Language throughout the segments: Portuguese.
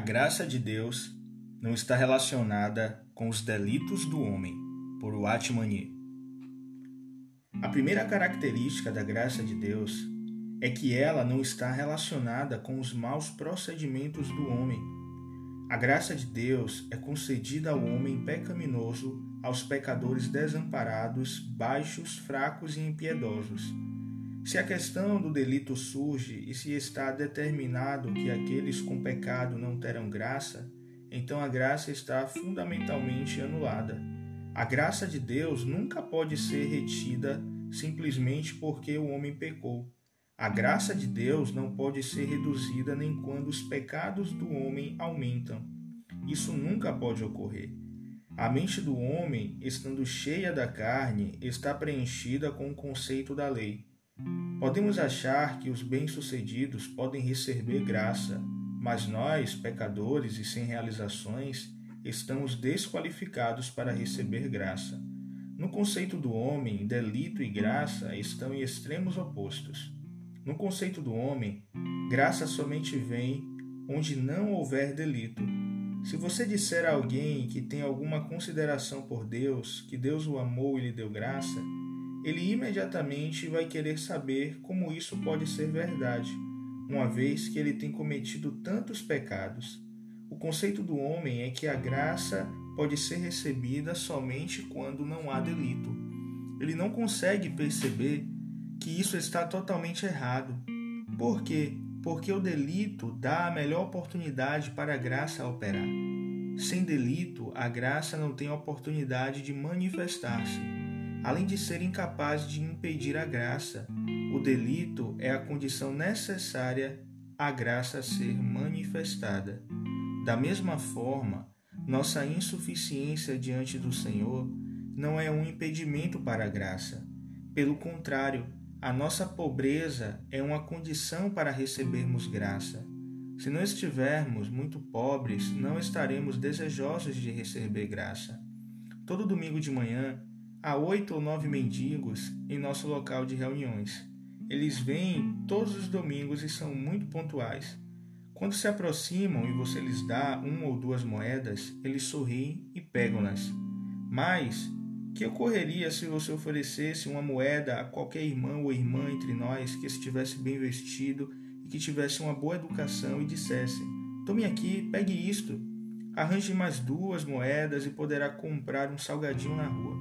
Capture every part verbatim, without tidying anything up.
graça de Deus não está relacionada com os delitos do homem, por Watchman. A primeira característica da graça de Deus é que ela não está relacionada com os maus procedimentos do homem. A graça de Deus é concedida ao homem pecaminoso, aos pecadores desamparados, baixos, fracos e impiedosos. Se a questão do delito surge e se está determinado que aqueles com pecado não terão graça, então a graça está fundamentalmente anulada. A graça de Deus nunca pode ser retida simplesmente porque o homem pecou. A graça de Deus não pode ser reduzida nem quando os pecados do homem aumentam. Isso nunca pode ocorrer. A mente do homem, estando cheia da carne, está preenchida com o conceito da lei. Podemos achar que os bem-sucedidos podem receber graça, mas nós, pecadores e sem realizações, estamos desqualificados para receber graça. No conceito do homem, delito e graça estão em extremos opostos. No conceito do homem, graça somente vem onde não houver delito. Se você disser a alguém que tem alguma consideração por Deus, que Deus o amou e lhe deu graça, ele imediatamente vai querer saber como isso pode ser verdade, uma vez que ele tem cometido tantos pecados. O conceito do homem é que a graça pode ser recebida somente quando não há delito. Ele não consegue perceber que isso está totalmente errado. Por quê? Porque o delito dá a melhor oportunidade para a graça operar. Sem delito, a graça não tem oportunidade de manifestar-se. Além de ser incapaz de impedir a graça, o delito é a condição necessária à graça ser manifestada. Da mesma forma, nossa insuficiência diante do Senhor não é um impedimento para a graça. Pelo contrário, a nossa pobreza é uma condição para recebermos graça. Se não estivermos muito pobres, não estaremos desejosos de receber graça. Todo domingo de manhã, há oito ou nove mendigos em nosso local de reuniões. Eles vêm todos os domingos e são muito pontuais. Quando se aproximam e você lhes dá uma ou duas moedas, eles sorriem e pegam-nas. Mas, que ocorreria se você oferecesse uma moeda a qualquer irmão ou irmã entre nós que estivesse bem vestido e que tivesse uma boa educação e dissesse: "Tome aqui, pegue isto, arranje mais duas moedas e poderá comprar um salgadinho na rua"?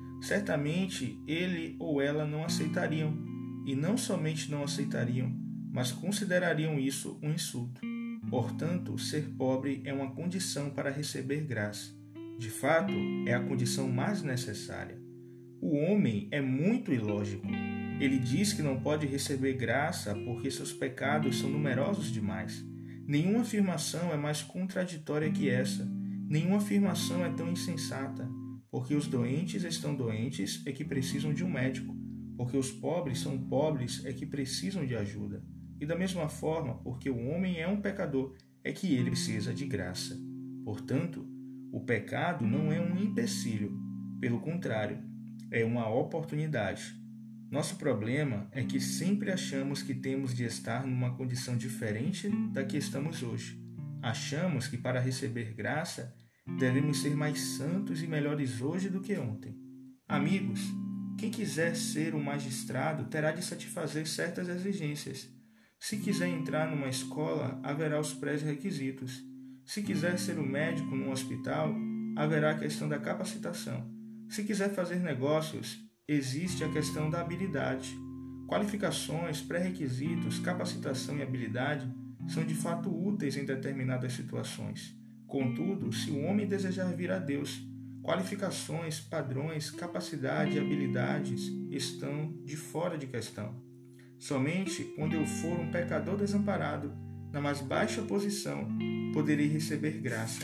Certamente ele ou ela não aceitariam, e não somente não aceitariam, mas considerariam isso um insulto. Portanto, ser pobre é uma condição para receber graça. De fato, é a condição mais necessária. O homem é muito ilógico. Ele diz que não pode receber graça porque seus pecados são numerosos demais. Nenhuma afirmação é mais contraditória que essa. Nenhuma afirmação é tão insensata. Porque os doentes estão doentes é que precisam de um médico. Porque os pobres são pobres é que precisam de ajuda. E da mesma forma, porque o homem é um pecador, é que ele precisa de graça. Portanto, o pecado não é um empecilho. Pelo contrário, é uma oportunidade. Nosso problema é que sempre achamos que temos de estar numa condição diferente da que estamos hoje. Achamos que para receber graça, devemos ser mais santos e melhores hoje do que ontem. Amigos, quem quiser ser um magistrado terá de satisfazer certas exigências. Se quiser entrar numa escola, haverá os pré-requisitos. Se quiser ser um médico num hospital, haverá a questão da capacitação. Se quiser fazer negócios, existe a questão da habilidade. Qualificações, pré-requisitos, capacitação e habilidade são de fato úteis em determinadas situações. Contudo, se o homem desejar vir a Deus, qualificações, padrões, capacidade e habilidades estão de fora de questão. Somente quando eu for um pecador desamparado, na mais baixa posição, poderei receber graça.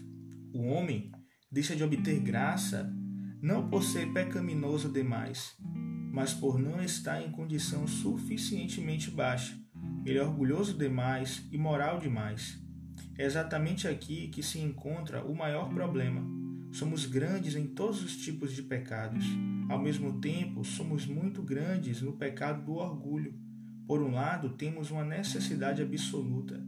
O homem deixa de obter graça não por ser pecaminoso demais, mas por não estar em condição suficientemente baixa. Ele é orgulhoso demais e moral demais. É exatamente aqui que se encontra o maior problema. Somos grandes em todos os tipos de pecados. Ao mesmo tempo, somos muito grandes no pecado do orgulho. Por um lado, temos uma necessidade absoluta.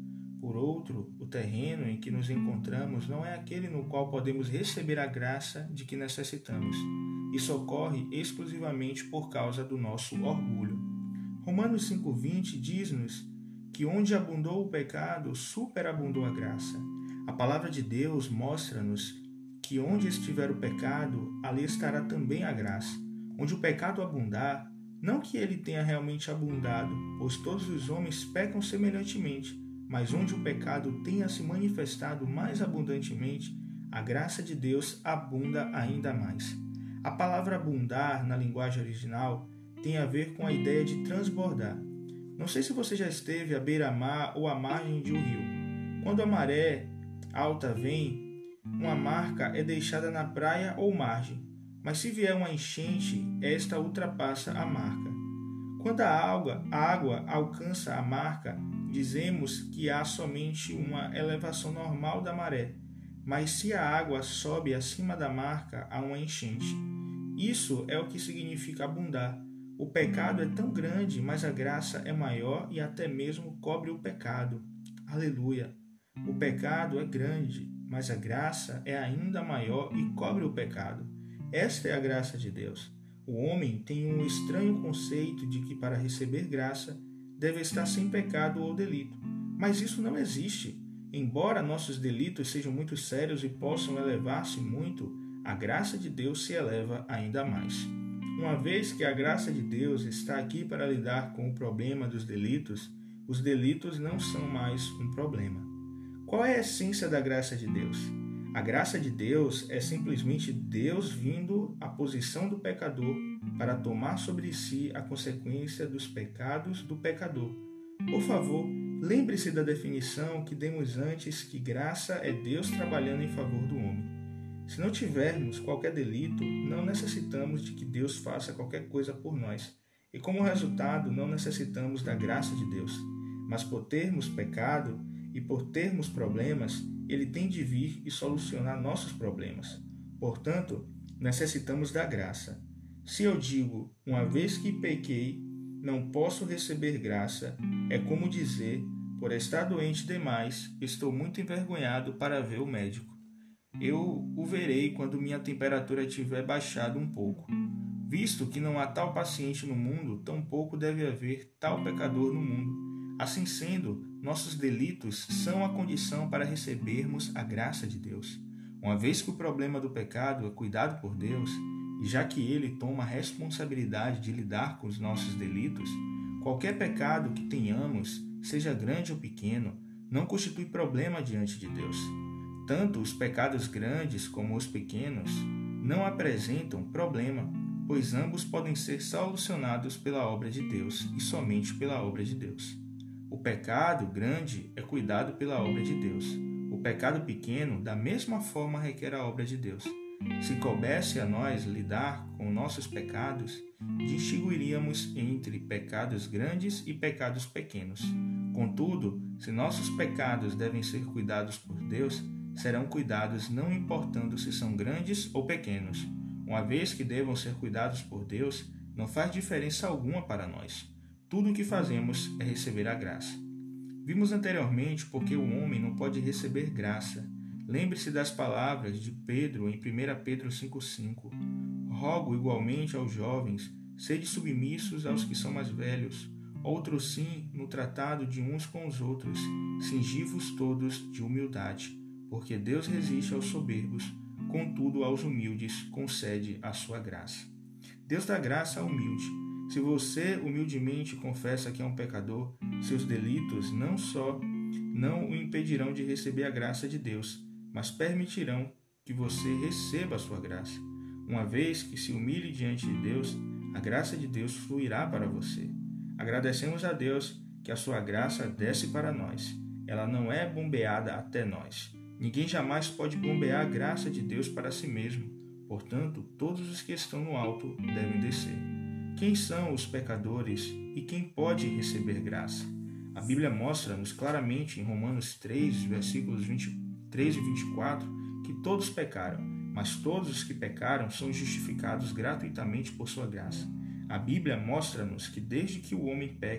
por outro, o terreno em que nos encontramos não é aquele no qual podemos receber a graça de que necessitamos. Isso ocorre exclusivamente por causa do nosso orgulho. Romanos cinco vinte diz-nos que onde abundou o pecado, superabundou a graça. A palavra de Deus mostra-nos que onde estiver o pecado, ali estará também a graça. Onde o pecado abundar, não que ele tenha realmente abundado, pois todos os homens pecam semelhantemente, mas onde o pecado tenha se manifestado mais abundantemente, a graça de Deus abunda ainda mais. A palavra abundar, na linguagem original, tem a ver com a ideia de transbordar. Não sei se você já esteve à beira-mar ou à margem de um rio. Quando a maré alta vem, uma marca é deixada na praia ou margem, mas se vier uma enchente, esta ultrapassa a marca. Quando a água, a água alcança a marca, dizemos que há somente uma elevação normal da maré, mas se a água sobe acima da marca, há uma enchente. Isso é o que significa abundar. O pecado é tão grande, mas a graça é maior e até mesmo cobre o pecado. Aleluia! O pecado é grande, mas a graça é ainda maior e cobre o pecado. Esta é a graça de Deus. O homem tem um estranho conceito de que para receber graça deve estar sem pecado ou delito. Mas isso não existe. Embora nossos delitos sejam muito sérios e possam elevar-se muito, a graça de Deus se eleva ainda mais. Uma vez que a graça de Deus está aqui para lidar com o problema dos delitos, os delitos não são mais um problema. Qual é a essência da graça de Deus? A graça de Deus é simplesmente Deus vindo à posição do pecador para tomar sobre si a consequência dos pecados do pecador. Por favor, lembre-se da definição que demos antes, que graça é Deus trabalhando em favor do homem. Se não tivermos qualquer delito, não necessitamos de que Deus faça qualquer coisa por nós, e como resultado, não necessitamos da graça de Deus. Mas por termos pecado e por termos problemas, Ele tem de vir e solucionar nossos problemas. Portanto, necessitamos da graça. Se eu digo, uma vez que pequei, não posso receber graça, é como dizer, por estar doente demais, estou muito envergonhado para ver o médico. Eu o verei quando minha temperatura tiver baixado um pouco. Visto que não há tal paciente no mundo, tampouco deve haver tal pecador no mundo. Assim sendo, nossos delitos são a condição para recebermos a graça de Deus. Uma vez que o problema do pecado é cuidado por Deus, e já que Ele toma a responsabilidade de lidar com os nossos delitos, qualquer pecado que tenhamos, seja grande ou pequeno, não constitui problema diante de Deus. Tanto os pecados grandes como os pequenos não apresentam problema, pois ambos podem ser solucionados pela obra de Deus e somente pela obra de Deus. O pecado grande é cuidado pela obra de Deus. O pecado pequeno, da mesma forma, requer a obra de Deus. Se coubesse a nós lidar com nossos pecados, distinguiríamos entre pecados grandes e pecados pequenos. Contudo, se nossos pecados devem ser cuidados por Deus, serão cuidados não importando se são grandes ou pequenos. Uma vez que devam ser cuidados por Deus, não faz diferença alguma para nós. Tudo o que fazemos é receber a graça. Vimos anteriormente porque o homem não pode receber graça. Lembre-se das palavras de Pedro em primeira Pedro cinco cinco. Rogo igualmente aos jovens, sede submissos aos que são mais velhos, outros sim no tratado de uns com os outros, cingi-vos todos de humildade, porque Deus resiste aos soberbos, contudo aos humildes concede a sua graça. Deus dá graça ao humilde. Se você humildemente confessa que é um pecador, seus delitos não só não o impedirão de receber a graça de Deus, mas permitirão que você receba a sua graça. Uma vez que se humilhe diante de Deus, a graça de Deus fluirá para você. Agradecemos a Deus que a sua graça desce para nós. Ela não é bombeada até nós. Ninguém jamais pode bombear a graça de Deus para si mesmo. Portanto, todos os que estão no alto devem descer. Quem são os pecadores e quem pode receber graça? A Bíblia mostra-nos claramente em Romanos três, versículos vinte e três e vinte e quatro, que todos pecaram, mas todos os que pecaram são justificados gratuitamente por sua graça. A Bíblia mostra-nos que desde que o homem peque,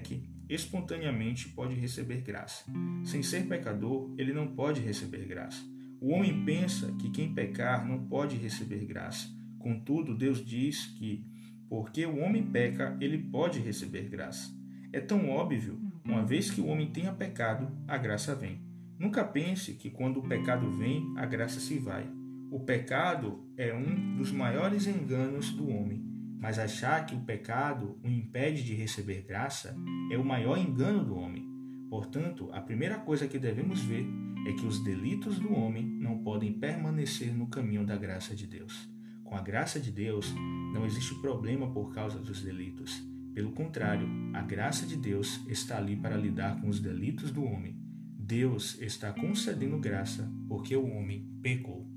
espontaneamente pode receber graça. Sem ser pecador, ele não pode receber graça. O homem pensa que quem pecar não pode receber graça. Contudo, Deus diz que, porque o homem peca, ele pode receber graça. É tão óbvio, uma vez que o homem tenha pecado, a graça vem. Nunca pense que quando o pecado vem, a graça se vai. O pecado é um dos maiores enganos do homem, mas achar que o pecado o impede de receber graça é o maior engano do homem. Portanto, a primeira coisa que devemos ver é que os delitos do homem não podem permanecer no caminho da graça de Deus. Com a graça de Deus, não existe problema por causa dos delitos. Pelo contrário, a graça de Deus está ali para lidar com os delitos do homem. Deus está concedendo graça porque o homem pecou.